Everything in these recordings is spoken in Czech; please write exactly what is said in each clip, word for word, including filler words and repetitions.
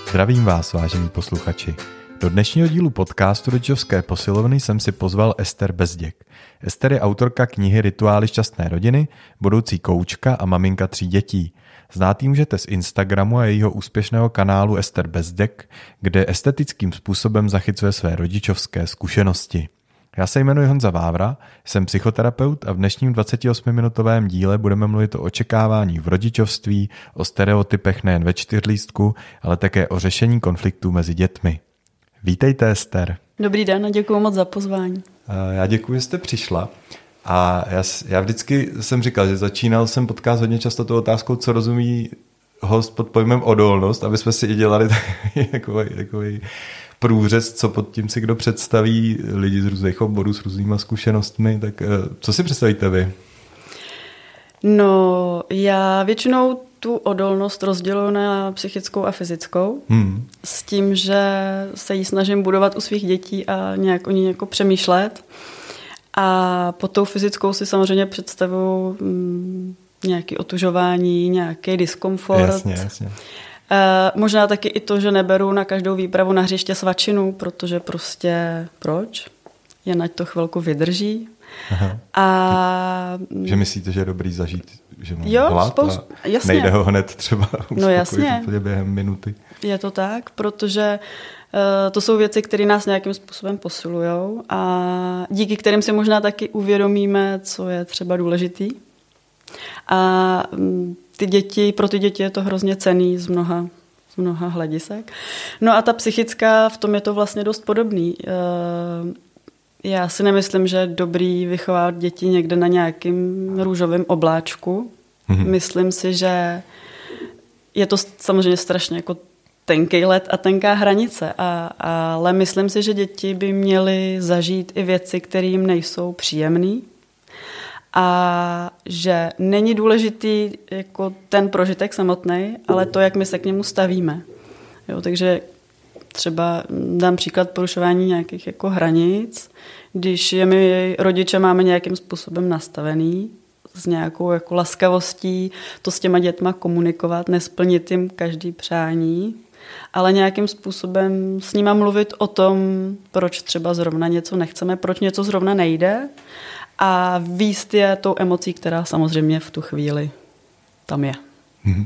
Zdravím vás, vážení posluchači. Do dnešního dílu podcastu Rodičovské posilovny jsem si pozval Ester Bezděk. Ester je autorka knihy Rituály šťastné rodiny, budoucí koučka a maminka tří dětí. Znát ji můžete z Instagramu a jejího úspěšného kanálu Ester Bezděk, kde estetickým způsobem zachycuje své rodičovské zkušenosti. Já se jmenuji Honza Vávra, jsem psychoterapeut a v dnešním dvacetiosmiminutovém díle budeme mluvit o očekávání v rodičovství, o stereotypech nejen ve čtyřlístku, ale také o řešení konfliktů mezi dětmi. Vítejte, Ester. Dobrý den a děkuji moc za pozvání. Já děkuji, že jste přišla. A já, já vždycky jsem říkal, že začínal jsem podcast hodně často tou otázkou, co rozumí host pod pojmem odolnost, aby jsme si i dělali takový, takový průřez, co pod tím si kdo představí, lidi z různých oborů s různýma zkušenostmi. Tak co si představíte vy? No, já většinou tu odolnost rozděluji na psychickou a fyzickou. Hmm. S tím, že se ji snažím budovat u svých dětí a nějak o ní jako přemýšlet. A pod tou fyzickou si samozřejmě představuji mm, nějaké otužování, nějaký diskomfort. Jasně, jasně. E, možná taky i to, že neberu na každou výpravu na hřiště svačinu, protože prostě proč? Jen ať to chvilku vydrží. Aha. A že myslíte, že je dobrý zažít, že mám jo, hlad spoust... a jasně. nejde ho hned třeba no jasně. úplně během minuty. Je to tak, protože uh, to jsou věci, které nás nějakým způsobem posilujou a díky kterým si možná taky uvědomíme, co je třeba důležitý. A um, ty děti, pro ty děti je to hrozně cenný z mnoha, z mnoha hledisek. No a ta psychická, v tom je to vlastně dost podobný. Uh, Já si nemyslím, že je dobrý vychovávat děti někde na nějakým růžovém obláčku. Mm-hmm. Myslím si, že je to samozřejmě strašně jako tenký led a tenká hranice, a, ale myslím si, že děti by měly zažít i věci, které jim nejsou příjemné a že není důležitý jako ten prožitek samotný, ale to, jak my se k němu stavíme. Jo, takže třeba dám příklad porušování nějakých jako hranic, když je my rodiče máme nějakým způsobem nastavený, s nějakou jako laskavostí to s těma dětma komunikovat, nesplnit jim každý přání, ale nějakým způsobem s nima mluvit o tom, proč třeba zrovna něco nechceme, proč něco zrovna nejde a víst je tou emocí, která samozřejmě v tu chvíli tam je. Mm-hmm.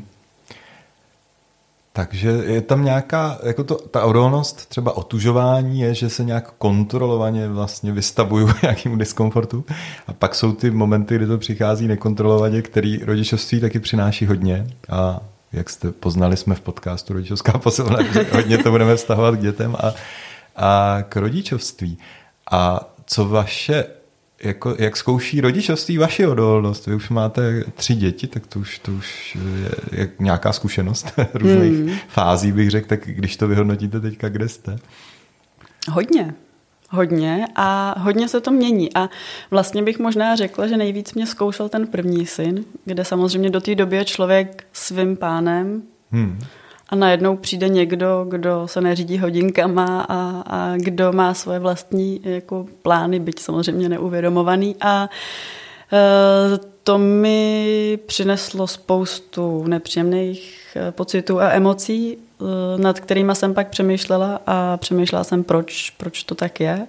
Takže je tam nějaká, jako to, ta odolnost, třeba otužování je, že se nějak kontrolovaně vlastně vystavuju nějakému diskomfortu a pak jsou ty momenty, kdy to přichází nekontrolovaně, který rodičovství taky přináší hodně a jak jste poznali, jsme v podcastu Rodičovská posilovna, že hodně to budeme vztahovat k dětem a, a k rodičovství. A co vaše, jako, jak zkouší rodičovství vaši odolnost? Vy už máte tři děti, tak to už, to už je, je nějaká zkušenost různých hmm. fází, bych řekl, tak když to vyhodnotíte teďka, kde jste? Hodně. Hodně a hodně se to mění. A vlastně bych možná řekla, že nejvíc mě zkoušel ten první syn, kde samozřejmě do té doby je člověk svým pánem hmm. a najednou přijde někdo, kdo se neřídí hodinkama a, a kdo má svoje vlastní jako plány, byť samozřejmě neuvědomovaný. A e, to mi přineslo spoustu nepříjemných pocitů a emocí, nad kterýma jsem pak přemýšlela a přemýšlela jsem, proč, proč to tak je.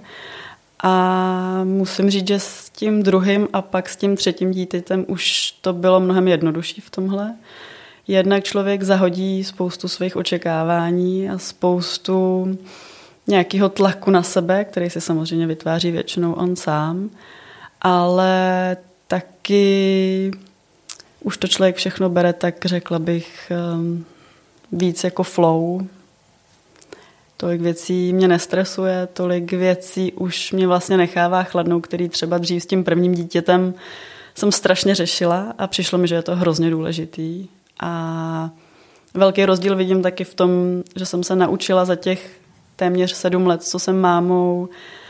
A musím říct, že s tím druhým a pak s tím třetím dítětem už to bylo mnohem jednodušší v tomhle. Jednak člověk zahodí spoustu svých očekávání a spoustu nějakého tlaku na sebe, který si samozřejmě vytváří většinou on sám, ale taky už to člověk všechno bere, tak řekla bych, víc jako flow. Tolik věcí mě nestresuje, tolik věcí už mě vlastně nechává chladnou, který třeba dřív s tím prvním dítětem jsem strašně řešila a přišlo mi, že je to hrozně důležitý. A velký rozdíl vidím taky v tom, že jsem se naučila za těch téměř sedm let, co jsem mámou,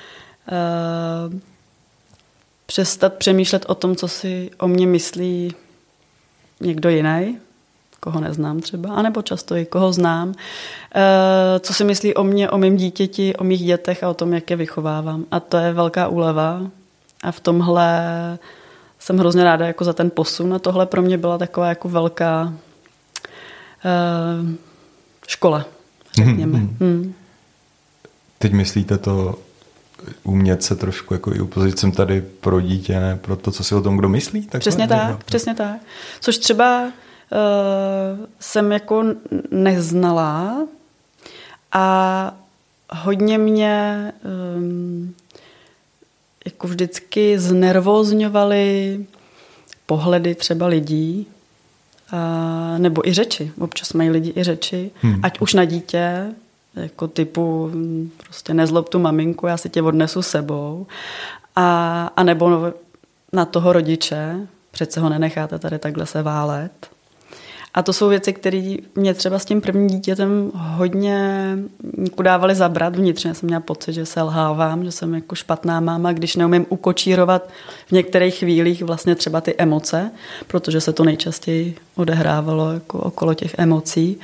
uh, přestat přemýšlet o tom, co si o mě myslí někdo jiný, koho neznám třeba, anebo často i koho znám, uh, co si myslí o mě, o mém dítěti, o mých dětech a o tom, jak je vychovávám. A to je velká úleva. A v tomhle jsem hrozně ráda jako za ten posun a tohle pro mě byla taková jako velká uh, škola. řekněme. Hmm. Hmm. Teď myslíte to umět se trošku jako i upozornit, jsem tady pro dítě, ne pro to, co si o tom kdo myslí? Takhle? Přesně tak, no. přesně tak. Což třeba uh, jsem jako neznala a hodně mě um, jako vždycky znervózňovaly pohledy třeba lidí, a, nebo i řeči. Občas mají lidi i řeči, hmm. ať už na dítě, jako typu prostě nezlob tu maminku, já si tě odnesu sebou, a, a nebo na toho rodiče, přece ho nenecháte tady takhle se válet. A to jsou věci, které mě třeba s tím prvním dítětem hodně dávaly zabrat. Vnitřně jsem měla pocit, že selhávám, že jsem jako špatná máma, když neumím ukočírovat v některých chvílích vlastně třeba ty emoce, protože se to nejčastěji odehrávalo jako okolo těch emocí.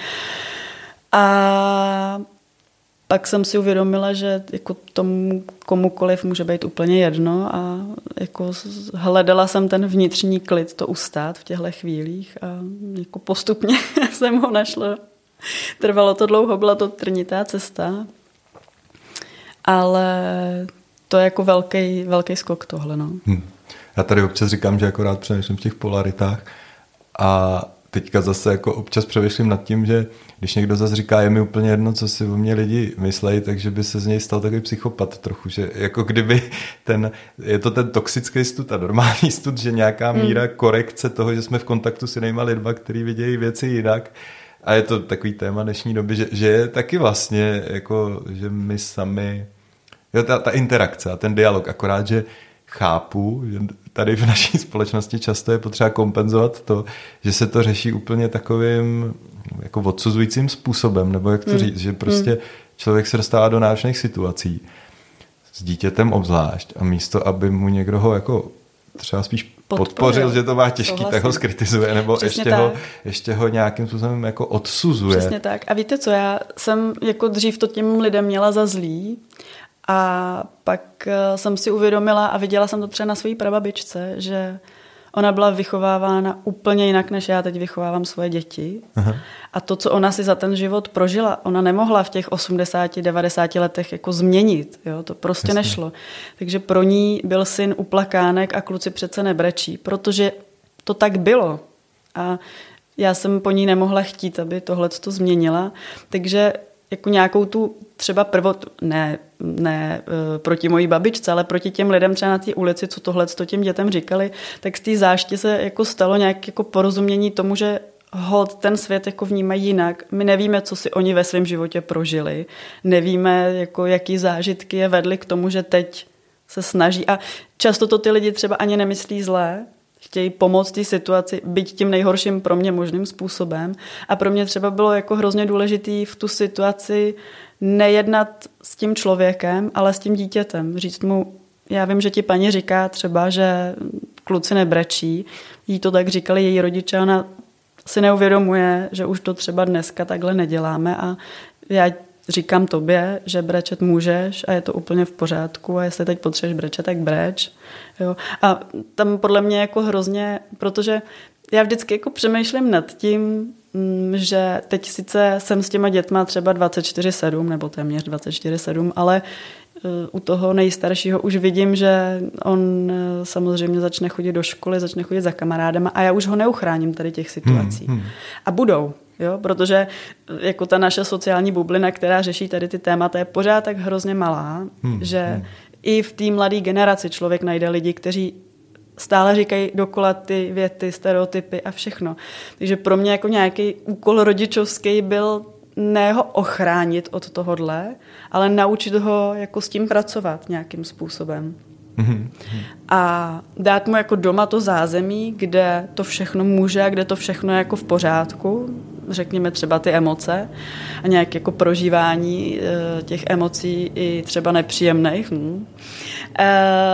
A pak jsem si uvědomila, že jako tomu komukoliv může být úplně jedno a jako hledala jsem ten vnitřní klid to ustát v těchto chvílích a jako postupně jsem ho našla. Trvalo to dlouho, byla to trnitá cesta, ale to je jako velký, velký skok tohle. No. Hmm. Já tady občas říkám, že jako rád přemýšlím v těch polaritách a teďka zase jako občas přemýšlím nad tím, že když někdo zase říká, je mi úplně jedno, co si o mě lidi myslejí, takže by se z něj stal takový psychopat trochu, že jako kdyby ten, je to ten toxický stud a normální stud, že nějaká míra hmm. korekce toho, že jsme v kontaktu s jinýma lidma, který vidějí věci jinak a je to takový téma dnešní doby, že, že je taky vlastně jako, že my sami, jo, ta, ta interakce a ten dialog, akorát, že chápu, že tady v naší společnosti často je potřeba kompenzovat to, že se to řeší úplně takovým jako odsuzujícím způsobem, nebo jak to hmm. říct, že prostě hmm. člověk se dostává do náročných situací s dítětem obzvlášť a místo, aby mu někdo ho jako třeba spíš podpořil, podpořil že to má těžký, souhlasím. Tak ho skritizuje, nebo ještě ho, ještě ho nějakým způsobem jako odsuzuje. Přesně tak. A víte co, já jsem jako dřív to těm lidem měla za zlý, a pak jsem si uvědomila a viděla jsem to třeba na své prababičce, že ona byla vychovávána úplně jinak, než já teď vychovávám svoje děti. Aha. A to, co ona si za ten život prožila, ona nemohla v těch osmdesáti, devadesáti letech jako změnit. Jo? To prostě Jasně. nešlo. Takže pro ní byl syn uplakánek a kluci přece nebrečí, protože to tak bylo. A já jsem po ní nemohla chtít, aby tohle to změnila. Takže jako nějakou tu třeba prvot, ne, ne e, proti mojí babičce, ale proti těm lidem třeba na té ulici, co tohle to těm dětem říkali, tak z té záště se jako stalo nějak jako porozumění tomu, že hod ten svět jako vnímají jinak. My nevíme, co si oni ve svém životě prožili, nevíme, jako jaký zážitky je vedly k tomu, že teď se snaží a často to ty lidi třeba ani nemyslí zlé, chtějí pomoct té situaci, byť tím nejhorším pro mě možným způsobem. A pro mě třeba bylo jako hrozně důležitý v tu situaci nejednat s tím člověkem, ale s tím dítětem. Říct mu, já vím, že ti paní říká třeba, že kluci nebrečí. Jí to tak říkali její rodiče, ona si neuvědomuje, že už to třeba dneska takhle neděláme a já říkám tobě, že brečet můžeš a je to úplně v pořádku a jestli teď potřebuješ brečet, tak breč. Jo. A tam podle mě jako hrozně, protože já vždycky jako přemýšlím nad tím, že teď sice jsem s těma dětma třeba dvacet čtyři sedm nebo téměř dvacet čtyři sedm, ale u toho nejstaršího už vidím, že on samozřejmě začne chodit do školy, začne chodit za kamarádama a já už ho neuchráním tady těch situací. Hmm, hmm. A budou. Jo, protože jako ta naše sociální bublina, která řeší tady ty témata, je pořád tak hrozně malá, hmm, že hmm. i v té mladé generaci člověk najde lidi, kteří stále říkají dokola ty věty, stereotypy a všechno. Takže pro mě jako nějaký úkol rodičovský byl ne ho ochránit od tohodle, ale naučit ho jako s tím pracovat nějakým způsobem. Hmm. A dát mu jako doma to zázemí, kde to všechno může a kde to všechno je jako v pořádku, řekněme třeba ty emoce a nějak jako prožívání e, těch emocí i třeba nepříjemných. Hm. E,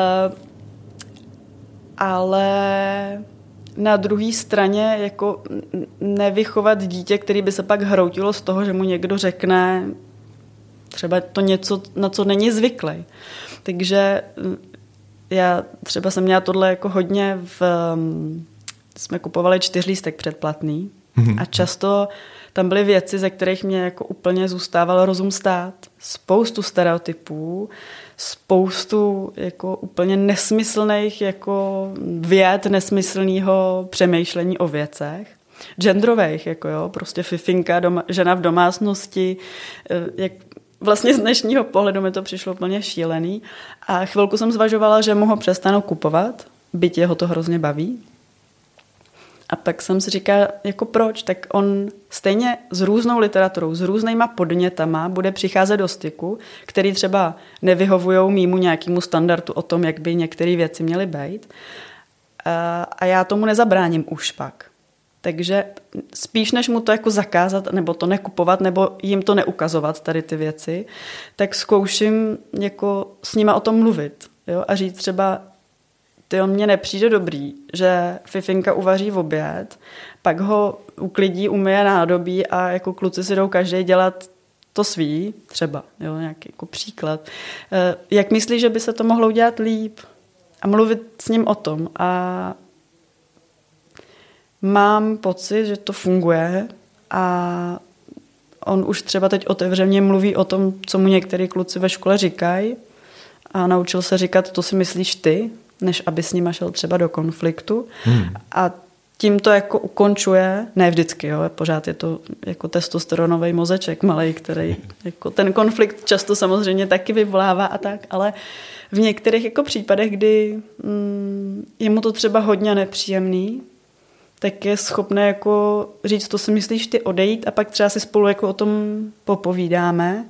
ale na druhé straně jako nevychovat dítě, který by se pak hroutilo z toho, že mu někdo řekne třeba to něco, na co není zvyklý. Takže já třeba jsem měla tohle jako hodně v... Jsme kupovali čtyřlístek předplatný A často tam byly věci, ze kterých mě jako úplně zůstával rozum stát. Spoustu stereotypů, spoustu jako úplně nesmyslných jako vět, nesmyslného přemýšlení o věcech. Genderových, jako jo, prostě fifinka, doma, žena v domácnosti, jak vlastně z dnešního pohledu mi to přišlo úplně šílený. A chvilku jsem zvažovala, že mu ho přestanu kupovat, byť jeho to hrozně baví. A pak jsem si říkala, jako proč? Tak on stejně s různou literaturou, s různýma podnětama bude přicházet do styku, který třeba nevyhovujou mýmu nějakému standardu o tom, jak by některé věci měly být. A já tomu nezabráním už pak. Takže spíš než mu to jako zakázat, nebo to nekupovat, nebo jim to neukazovat, tady ty věci, tak zkouším jako s nima o tom mluvit. Jo? A říct třeba, tyjo, mně nepřijde dobrý, že fifinka uvaří v oběd, pak ho uklidí, umyje nádobí a jako kluci si jdou každý dělat to svý, třeba, jo, nějaký jako příklad. Jak myslíš, že by se to mohlo udělat líp? A mluvit s ním o tom. A mám pocit, že to funguje a on už třeba teď otevřeně mluví o tom, co mu některý kluci ve škole říkají a naučil se říkat, to si myslíš ty, než aby s nima šel třeba do konfliktu. Hmm. A tím to jako ukončuje, ne vždycky, jo, pořád je to jako testosteronový mozeček malej, který jako ten konflikt často samozřejmě taky vyvolává a tak, ale v některých jako případech, kdy mm, je mu to třeba hodně nepříjemný, tak je schopné jako říct, to si myslíš ty, odejít a pak třeba si spolu jako o tom popovídáme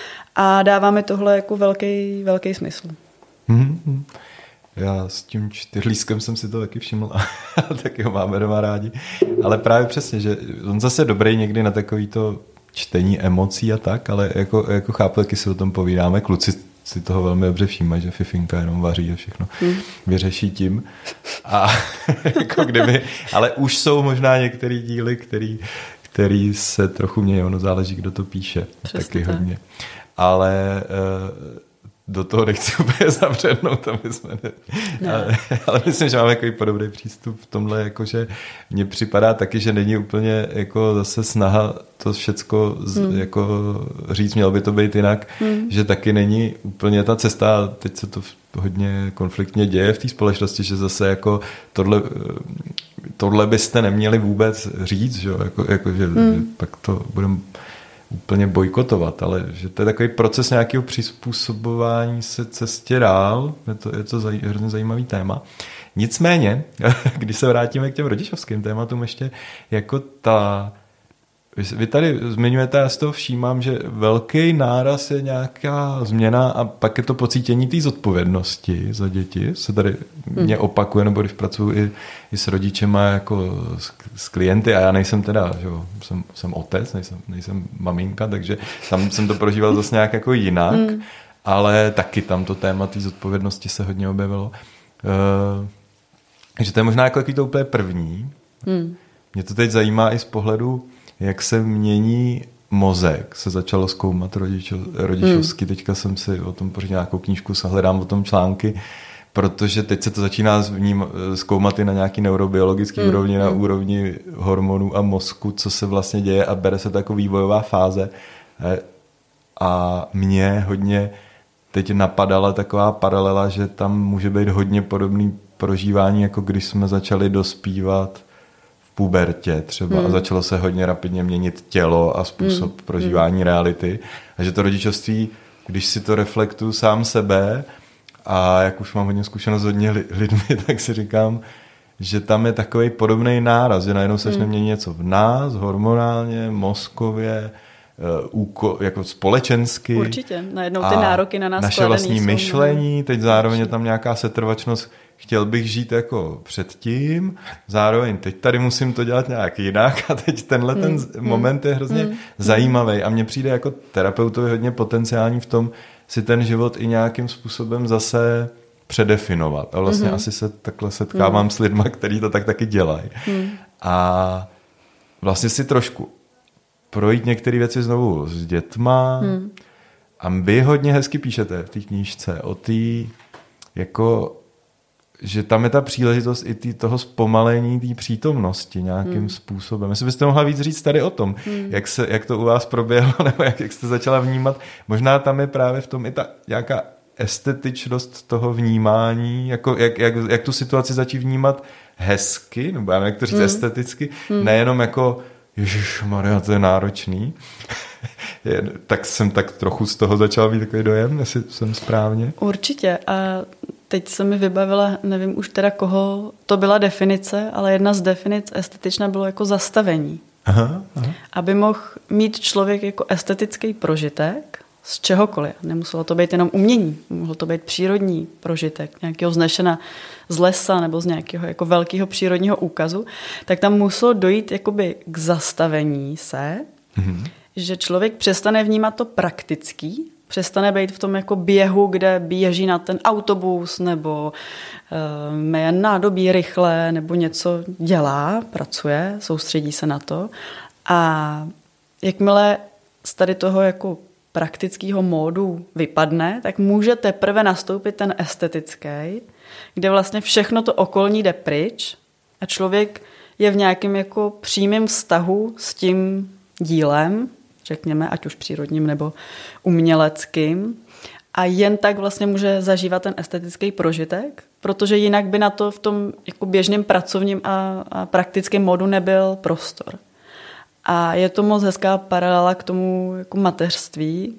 a dáváme tohle jako velký, velký smysl. Mm-hmm. Já s tím čtyřlískem jsem si to taky všiml a taky ho máme doma rádi. Ale právě přesně, že on zase dobrý někdy na takový to čtení emocí a tak, ale jako, jako chápu, taky si o tom povídáme. Kluci si toho velmi dobře všímají, že fifinka jenom vaří a všechno hmm. vyřeší tím. A jako kdyby, ale už jsou možná některé díly, který, který se trochu mějí, ono záleží, kdo to píše. Přesně taky tak. Hodně. Ale uh, do toho nechci úplně zavřednout, aby jsme ne... ne. Ale, ale myslím, že máme takový podobný přístup v tomhle, jakože mně připadá taky, že není úplně jako zase snaha to všecko z, hmm. jako říct, mělo by to být jinak, hmm. že taky není úplně ta cesta, teď se to hodně konfliktně děje v té společnosti, že zase jako tohle, tohle byste neměli vůbec říct, že, jako, jako, že, hmm. že pak to budeme úplně bojkotovat, ale že to je takový proces nějakého přizpůsobování se cestě dál, je to, je to zaj, hrozně zajímavý téma. Nicméně, když se vrátíme k těm rodičovským tématům ještě, jako ta, vy tady zmiňujete, já z toho všímám, že velký náraz je nějaká změna a pak je to pocítění té zodpovědnosti za děti, se tady mě opakuje, nebo když pracuji i, i s rodičema jako s, s klienty a já nejsem teda, že jo, jsem, jsem otec, nejsem, nejsem maminka, takže tam jsem to prožíval zase nějak jako jinak, mm. ale taky tam to téma té zodpovědnosti se hodně objevilo. Uh, takže to je možná jako jaký to úplně první. Mm. Mě to teď zajímá i z pohledu, jak se mění mozek, se začalo zkoumat rodičo, rodičovsky. Hmm. Teďka jsem si o tom pořídil nějakou knížku, se hledám o tom články, protože teď se to začíná zkoumat i na nějaký neurobiologický hmm. úrovni, na úrovni hormonů a mozku, co se vlastně děje a bere se to jako vývojová fáze. A mě hodně teď napadala taková paralela, že tam může být hodně podobný prožívání, jako když jsme začali dospívat pubertě třeba hmm. a začalo se hodně rapidně měnit tělo a způsob hmm. prožívání hmm. reality. A že to rodičovství, když si to reflektuju sám sebe a jak už mám hodně zkušenost s hodně lidmi, tak si říkám, že tam je takový podobný náraz, že najednou se začne hmm. měnit něco v nás, hormonálně, mozkově, úko, jako společensky. Určitě, najednou ty nároky na nás naše vlastní myšlení, teď zároveň je tam nějaká setrvačnost. Chtěl bych žít jako předtím, zároveň teď tady musím to dělat nějak jinak a teď tenhle hmm. ten moment je hrozně hmm. zajímavý a mně přijde jako terapeutovi hodně potenciální v tom si ten život i nějakým způsobem zase předefinovat. A vlastně hmm. asi se takhle setkávám hmm. s lidma, kteří to tak taky dělají. Hmm. A vlastně si trošku projít některé věci znovu s dětma hmm. a vy hodně hezky píšete v té knížce o té jako že tam je ta příležitost i tý, toho zpomalení té přítomnosti nějakým hmm. způsobem. Jestli byste mohla víc říct tady o tom, hmm. jak, se, jak to u vás proběhlo, nebo jak, jak jste začala vnímat. Možná tam je právě v tom i ta nějaká estetičnost toho vnímání, jako jak, jak, jak tu situaci začít vnímat hezky, nebo já nevím, jak to říct, hmm. esteticky, hmm. nejenom jako ježišmarja, to je náročný. Tak jsem tak trochu z toho začal být takový dojem, jestli jsem správně. Určitě. A teď se mi vybavila, nevím už teda koho to byla definice, ale jedna z definic estetičná bylo jako zastavení. Aha, aha. Aby mohl mít člověk jako estetický prožitek z čehokoliv. Nemuselo to být jenom umění, mohlo to být přírodní prožitek, nějakého vznešena z lesa nebo z nějakého jako velkého přírodního úkazu, tak tam muselo dojít jakoby k zastavení se, mm-hmm. že člověk přestane vnímat to praktický, přestane být v tom jako běhu, kde běží na ten autobus nebo uh, je nádobí rychle nebo něco dělá, pracuje, soustředí se na to. A jakmile z tady toho jako praktického módu vypadne, tak může teprve nastoupit ten estetický, kde vlastně všechno to okolní jde pryč a člověk je v nějakém jako přímém vztahu s tím dílem, řekněme, ať už přírodním nebo uměleckým. A jen tak vlastně může zažívat ten estetický prožitek, protože jinak by na to v tom jako běžném pracovním a, a praktickém módu nebyl prostor. A je to moc hezká paralela k tomu jako mateřství,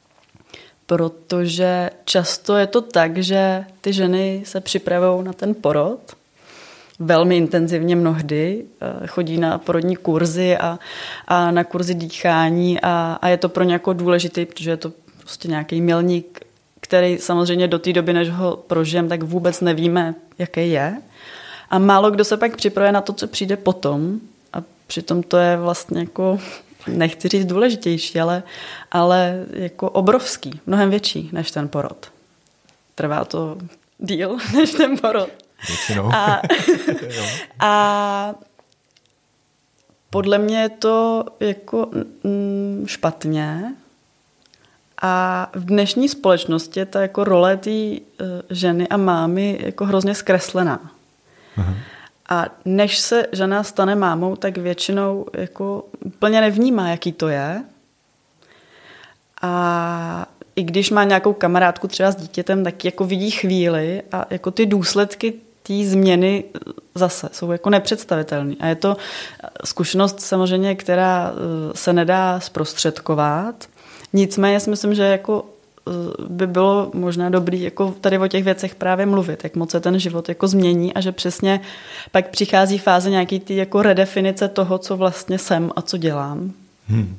protože často je to tak, že ty ženy se připravují na ten porod, velmi intenzivně mnohdy, chodí na porodní kurzy a, a na kurzy dýchání a, a je to pro ně jako důležitý, protože je to prostě nějaký milník, který samozřejmě do té doby, než ho prožijem, tak vůbec nevíme, jaký je. A málo kdo se pak připravuje na to, co přijde potom. A přitom to je vlastně jako, nechci říct důležitější, ale, ale jako obrovský, mnohem větší než ten porod. Trvá to díl než ten porod. A, a podle mě je to jako mm, špatně a v dnešní společnosti je ta jako role té uh, ženy a mámy jako hrozně zkreslená. Aha. A než se žena stane mámou, tak většinou jako úplně nevnímá, jaký to je. A i když má nějakou kamarádku třeba s dítětem, tak jako vidí chvíli a jako ty důsledky té změny zase jsou jako nepředstavitelné. A je to zkušenost samozřejmě, která se nedá zprostředkovat. Nicméně si myslím, že jako by bylo možná dobrý jako tady o těch věcech právě mluvit, jak moc se ten život jako změní a že přesně pak přichází fáze nějaký ty jako redefinice toho, co vlastně jsem a co dělám. Hmm.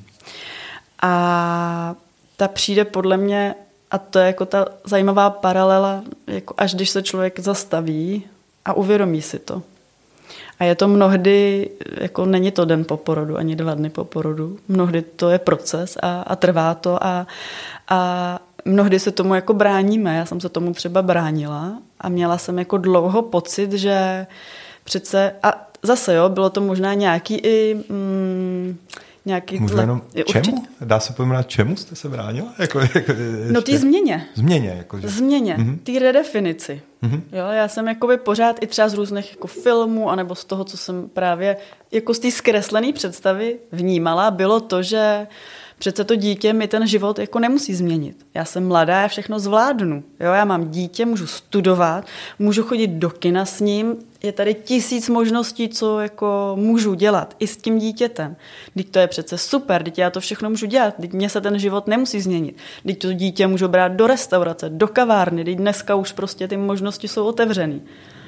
A ta přijde podle mě, a to je jako ta zajímavá paralela, jako až když se člověk zastaví a uvědomí si to. A je to mnohdy, jako není to den po porodu, ani dva dny po porodu. Mnohdy to je proces a, a trvá to a, a mnohdy se tomu jako bráníme. Já jsem se tomu třeba bránila a měla jsem jako dlouho pocit, že přece, a zase jo, bylo to možná nějaký i... Mm, nějaký Možná tle... jenom čemu? Určitě. Dá se pojmenovat, čemu jste se bránila? Jako, jako no ty změně. Změně. Jako, že... Změně, mm-hmm. ty redefinici. Mm-hmm. Jo, já jsem jakoby pořád i třeba z různých jako filmů, anebo z toho, co jsem právě jako z té zkreslené představy vnímala, bylo to, že přece to dítě mi ten život jako nemusí změnit. Já jsem mladá, já všechno zvládnu. Jo, já mám dítě, můžu studovat, můžu chodit do kina s ním, je tady tisíc možností, co jako můžu dělat i s tím dítětem. Teď to je přece super, teď já to všechno můžu dělat, teď mě se ten život nemusí změnit. Teď to dítě můžu brát do restaurace, do kavárny, teď dneska už prostě ty možnosti jsou otevřený.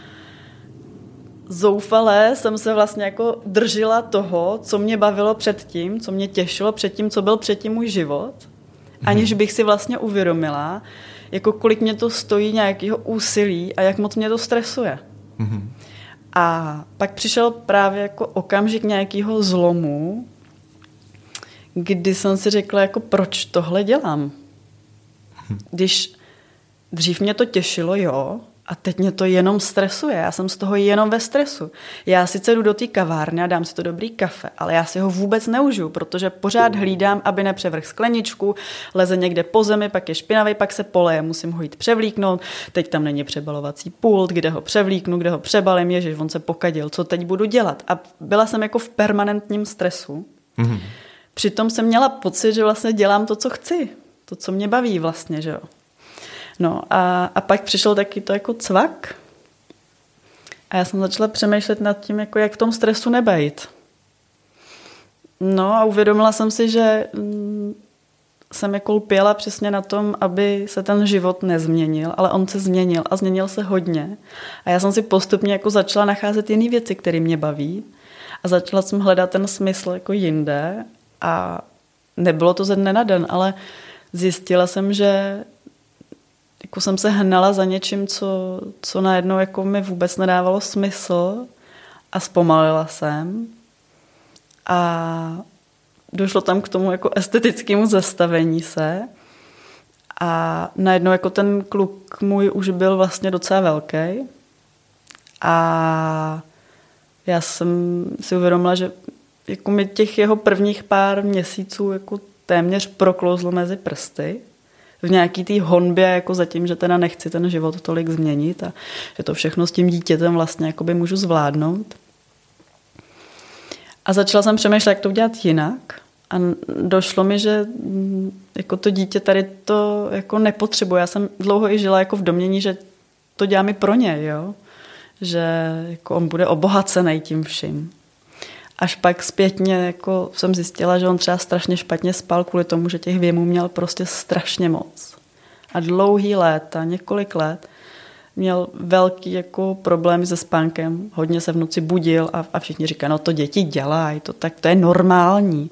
Zoufale jsem se vlastně jako držela toho, co mě bavilo předtím, co mě těšilo předtím, co byl předtím můj život, aniž bych si vlastně uvědomila, jako kolik mě to stojí nějakého úsilí a jak moc mě to stresuje. Mm-hmm. A pak přišel právě jako okamžik nějakého zlomu, kdy jsem si řekla, jako proč tohle dělám. Když dřív mě to těšilo, jo, A teď mě to jenom stresuje, já jsem z toho jenom ve stresu. Já sice jdu do té kavárny a dám si to dobrý kafe, ale já si ho vůbec neužiju, protože pořád hlídám, aby nepřevrhl skleničku, leze někde po zemi, pak je špinavý, pak se poleje, musím ho jít převlíknout, teď tam není přebalovací pult, kde ho převlíknu, kde ho přebalím, ježiš, on se pokadil, co teď budu dělat? A byla jsem jako v permanentním stresu. Mm-hmm. Přitom jsem měla pocit, že vlastně dělám to, co chci, to, co mě baví vlastně, že jo. No a, a pak přišel taky to jako cvak a já jsem začala přemýšlet nad tím, jako jak v tom stresu nebejt. No a uvědomila jsem si, že mm, jsem jako lpěla přesně na tom, aby se ten život nezměnil, ale on se změnil a změnil se hodně. A já jsem si postupně jako začala nacházet jiné věci, které mě baví a začala jsem hledat ten smysl jako jinde a nebylo to ze dne na den, ale zjistila jsem, že jako jsem se hnala za něčím, co, co najednou jako mi vůbec nedávalo smysl a zpomalila jsem. A došlo tam k tomu jako estetickému zastavení se. A najednou jako ten kluk můj už byl vlastně docela velký. A já jsem si uvědomila, že jako mi těch jeho prvních pár měsíců jako téměř proklouzlo mezi prsty. V nějaký té honbě jako za tím, že teda nechci ten život tolik změnit a že to všechno s tím dítětem vlastně jakoby můžu zvládnout. A začala jsem přemýšlet, jak to udělat jinak. A došlo mi, že jako to dítě tady to jako nepotřebuje. Já jsem dlouho i žila jako v domnění, že to dělám i pro něj, jo? Že jako on bude obohacený tím vším. Až pak zpětně jako jsem zjistila, že on třeba strašně špatně spal kvůli tomu, že těch věmů měl prostě strašně moc. A dlouhý léta, několik let, měl velký jako problémy se spánkem. Hodně se v noci budil a, a všichni říkají, no to děti dělají, to, tak to je normální.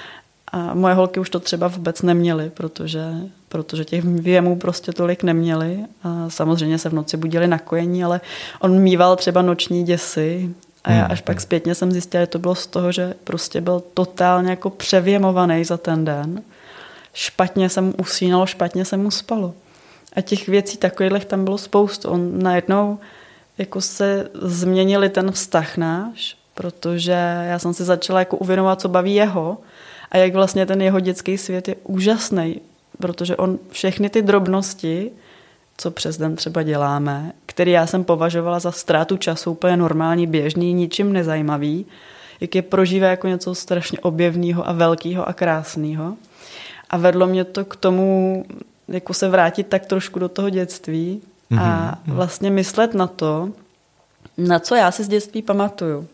A moje holky už to třeba vůbec neměly, protože, protože těch věmů prostě tolik neměly. A samozřejmě se v noci budili na kojení, ale on mýval třeba noční děsy. A já až pak zpětně jsem zjistila, že to bylo z toho, že prostě byl totálně jako převěmovaný za ten den. Špatně se mu usínalo, špatně se mu spalo. A těch věcí takových tam bylo spoustu. On najednou jako se změnili ten vztah náš, protože já jsem si začala jako uvědomovat, co baví jeho a jak vlastně ten jeho dětský svět je úžasný, protože on všechny ty drobnosti, co přes den třeba děláme, který já jsem považovala za ztrátu času, úplně normální, běžný, ničím nezajímavý, jak je prožívá jako něco strašně objevného a velkého a krásného. A vedlo mě to k tomu, jako se vrátit tak trošku do toho dětství a vlastně myslet na to, na co já si z dětství pamatuju.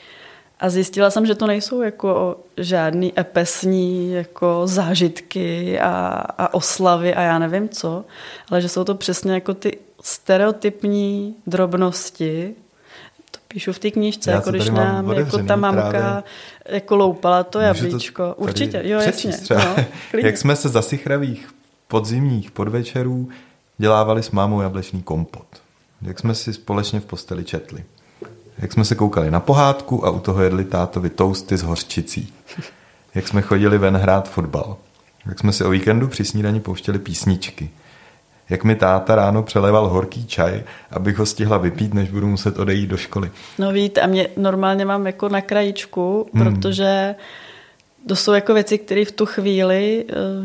A zjistila jsem, že to nejsou jako žádný epesní jako zážitky a, a oslavy a já nevím co, ale že jsou to přesně jako ty stereotypní drobnosti. To píšu v té knížce, jako když nám jako ta mamka právě jako loupala to jablíčko. To určitě, jo, jasně. No, jak jsme se za sichravých podzimních podvečerů dělávali s mámou jablečný kompot. Jak jsme si společně v posteli četli. Jak jsme se koukali na pohádku a u toho jedli tátovi toasty s hořčicí. Jak jsme chodili ven hrát fotbal. Jak jsme si o víkendu při snídani pouštěli písničky. Jak mi táta ráno přeléval horký čaj, abych ho stihla vypít, než budu muset odejít do školy. No víte, a mě normálně mám jako na krajíčku, hmm. protože to jsou jako věci, které v tu chvíli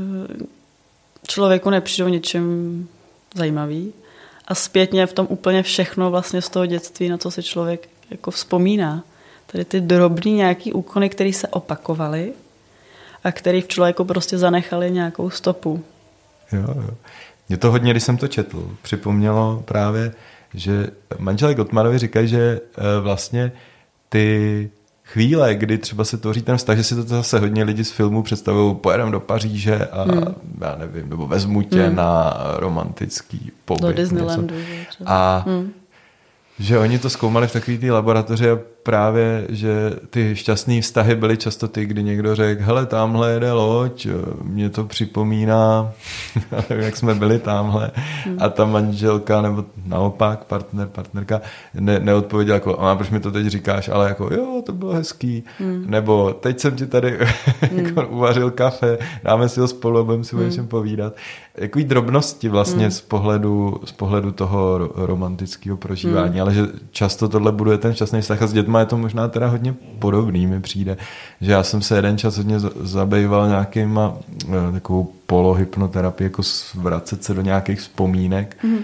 člověku nepřijdou ničím zajímavý. A zpětně v tom úplně všechno vlastně z toho dětství, na co si člověk jako vzpomíná. Tady ty drobný nějaký úkony, které se opakovaly a které v člověku prostě zanechaly nějakou stopu. Jo, jo. Mě to hodně, když jsem to četl, připomnělo právě, že manželé Gottmanovi říkají, že vlastně ty chvíle, kdy třeba se tvoří ten vztah, že si to zase hodně lidi z filmu představují, pojedeme do Paříže a hmm. já nevím, nebo vezmu tě hmm. na romantický pobyt. Do Disneylandu. A hmm. že oni to zkoumali v takové té laboratoři a právě, že ty šťastný vztahy byly často ty, kdy někdo řekl, hele, tamhle jede loď, mě to připomíná, jak jsme byli tamhle. Hmm. A ta manželka, nebo naopak partner, partnerka, ne, neodpověděla jako, a proč mi to teď říkáš, ale jako, jo, to bylo hezký. Hmm. Nebo teď jsem ti tady jako hmm. uvařil kafe, dáme si ho spolu a budeme si hmm. o něčem povídat. Jakový drobnosti vlastně hmm. z pohledu, z pohledu toho romantického prožívání, hmm. ale že často tohle buduje ten šťastný vztah a s dětma je to možná teda hodně podobný, mi přijde, že já jsem se jeden čas hodně zabýval nějakýma takovou polohypnoterapii, jako vracet se do nějakých vzpomínek hmm.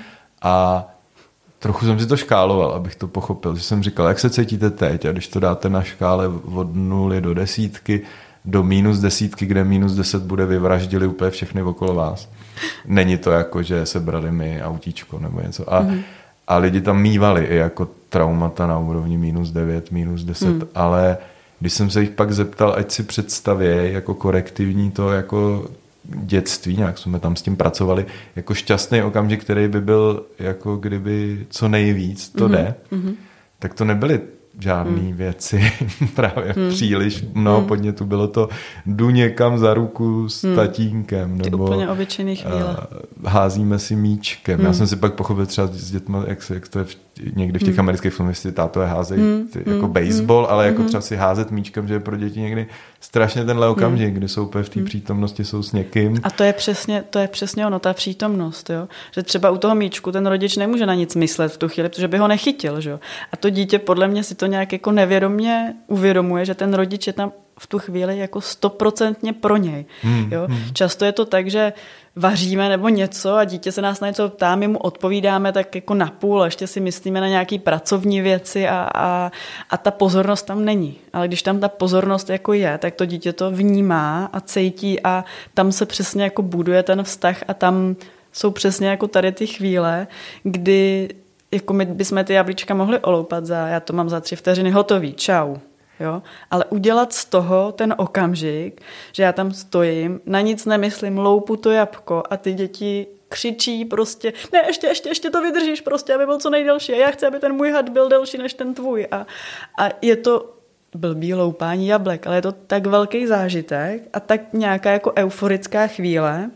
a trochu jsem si to škáloval, abych to pochopil, že jsem říkal, jak se cítíte teď a když to dáte na škále od nuly do desítky, do minus desítky, kde minus deset bude vyvraždili úplně všechny okolo vás. Není to jako, že sebrali mi autíčko nebo něco. A, mm. a lidi tam mívali i jako traumata na úrovni minus devět, minus deset, mm. ale když jsem se jich pak zeptal, ať si představějí jako korektivní to jako dětství, nějak jsme tam s tím pracovali, jako šťastný okamžik, který by byl jako kdyby co nejvíc, to mm. jde, mm. tak to nebyly žádný hmm. věci, právě hmm. příliš mnoho hmm. podnětů. Bylo to jdu někam za ruku s hmm. tatínkem, Ty nebo úplně obyčejný chvíle. Uh, házíme si míčkem. Hmm. Já jsem si pak pochopil třeba s dětmi, jak, se, jak to je v, někdy v těch hmm. amerických filmech, si tátové házejí hmm. ty, jako hmm. baseball, ale jako hmm. třeba si házet míčkem, že je pro děti někdy strašně tenhle okamžik, hmm. kdy jsou úplně v té hmm. přítomnosti, jsou s někým. A to je přesně, to je přesně ono, ta přítomnost, jo? Že třeba u toho míčku ten rodič nemůže na nic myslet v tu chvíli, protože by ho nechytil, že jo? A to dítě podle mě si to nějak jako nevědomě uvědomuje, že ten rodič je tam v tu chvíli jako stoprocentně pro něj. Hmm, jo? Hmm. Často je to tak, že vaříme nebo něco a dítě se nás na něco ptá, my mu odpovídáme tak jako napůl a ještě si myslíme na nějaký pracovní věci a, a, a ta pozornost tam není. Ale když tam ta pozornost jako je, tak to dítě to vnímá a cítí a tam se přesně jako buduje ten vztah a tam jsou přesně jako tady ty chvíle, kdy jako my bychom ty jablíčka mohli oloupat za, já to mám za tři vteřiny hotový, čau. Jo? Ale udělat z toho ten okamžik, že já tam stojím, na nic nemyslím, loupu to jabko a ty děti křičí prostě, ne, ještě, ještě, ještě to vydržíš prostě, aby byl co nejdelší a já chci, aby ten můj had byl delší než ten tvůj. A, a je to blbý loupání jablek, ale je to tak velký zážitek a tak nějaká jako euforická chvíle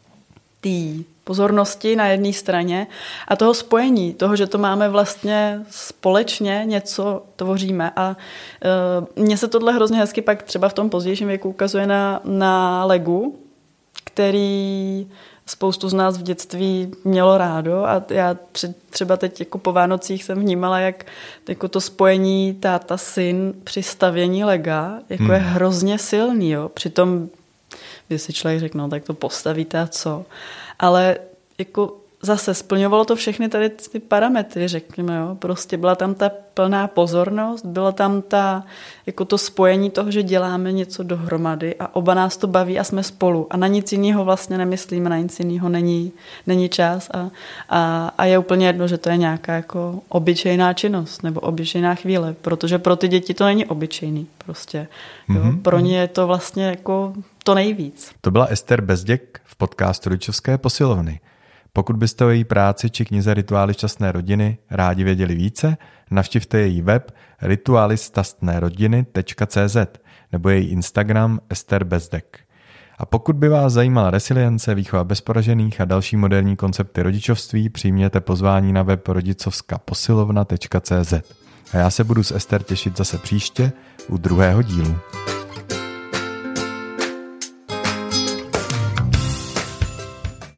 tý pozornosti na jedné straně a toho spojení, toho, že to máme vlastně společně, něco tvoříme. A e, mně se tohle hrozně hezky pak třeba v tom pozdějším věku ukazuje na, na Legu, který spoustu z nás v dětství mělo rádo a já třeba teď jako po Vánocích jsem vnímala, jak jako to spojení táta-syn při stavění Lega jako hmm. je hrozně silný. Jo. Přitom by si člověk řekl, no tak to postavíte a co. Ale jako zase splňovalo to všechny tady ty parametry, řekněme, jo. Prostě byla tam ta plná pozornost, byla tam ta, jako to spojení toho, že děláme něco dohromady a oba nás to baví a jsme spolu a na nic jiného vlastně nemyslíme, na nic jiného není, není čas a, a, a je úplně jedno, že to je nějaká jako obyčejná činnost nebo obyčejná chvíle, protože pro ty děti to není obyčejný prostě. Jo. Mm-hmm. Pro ně je to vlastně jako to nejvíc. To byla Ester Bezděk v podcastu Rodičovské posilovny. Pokud byste o její práci či knize Rituály šťastné rodiny rádi věděli více, navštivte její web ritualistastnérodiny tečka cé zet nebo její Instagram Ester Bezděk. A pokud by vás zajímala resilience, výchova bezporažených a další moderní koncepty rodičovství, přijměte pozvání na web rodičovská posilovna tečka cé zet. A já se budu s Ester těšit zase příště u druhého dílu.